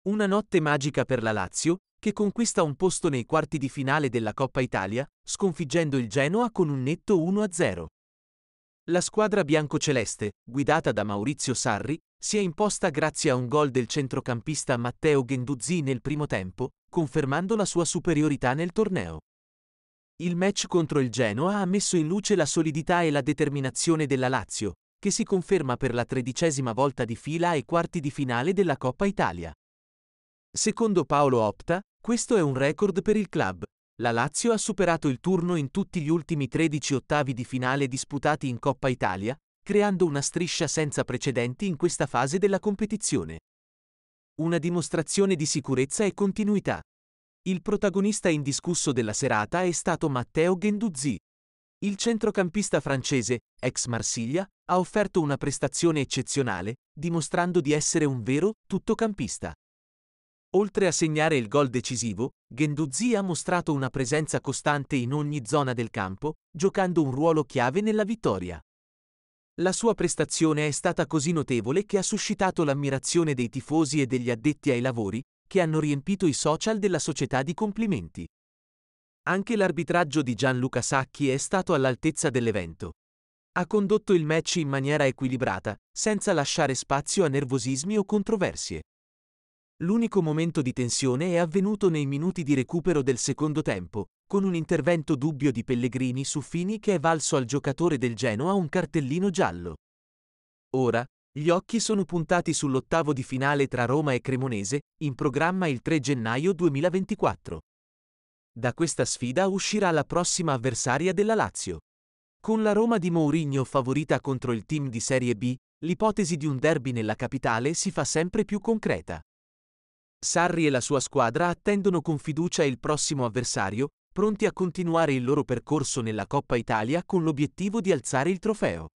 Una notte magica per la Lazio, che conquista un posto nei quarti di finale della Coppa Italia, sconfiggendo il Genoa con un netto 1-0. La squadra biancoceleste, guidata da Maurizio Sarri, si è imposta grazie a un gol del centrocampista Matteo Guendouzi nel primo tempo, confermando la sua superiorità nel torneo. Il match contro il Genoa ha messo in luce la solidità e la determinazione della Lazio, che si conferma per la 13ª volta di fila ai quarti di finale della Coppa Italia. Secondo Paolo Opta, questo è un record per il club. La Lazio ha superato il turno in tutti gli ultimi 13 ottavi di finale disputati in Coppa Italia, creando una striscia senza precedenti in questa fase della competizione. Una dimostrazione di sicurezza e continuità. Il protagonista indiscusso della serata è stato Matteo Guendouzi. Il centrocampista francese, ex Marsiglia, ha offerto una prestazione eccezionale, dimostrando di essere un vero tuttocampista. Oltre a segnare il gol decisivo, Guendouzi ha mostrato una presenza costante in ogni zona del campo, giocando un ruolo chiave nella vittoria. La sua prestazione è stata così notevole che ha suscitato l'ammirazione dei tifosi e degli addetti ai lavori, che hanno riempito i social della società di complimenti. Anche l'arbitraggio di Gianluca Sacchi è stato all'altezza dell'evento. Ha condotto il match in maniera equilibrata, senza lasciare spazio a nervosismi o controversie. L'unico momento di tensione è avvenuto nei minuti di recupero del secondo tempo, con un intervento dubbio di Pellegrini su Fini che è valso al giocatore del Genoa un cartellino giallo. Ora, gli occhi sono puntati sull'ottavo di finale tra Roma e Cremonese, in programma il 3 gennaio 2024. Da questa sfida uscirà la prossima avversaria della Lazio. Con la Roma di Mourinho favorita contro il team di Serie B, l'ipotesi di un derby nella capitale si fa sempre più concreta. Sarri e la sua squadra attendono con fiducia il prossimo avversario, pronti a continuare il loro percorso nella Coppa Italia con l'obiettivo di alzare il trofeo.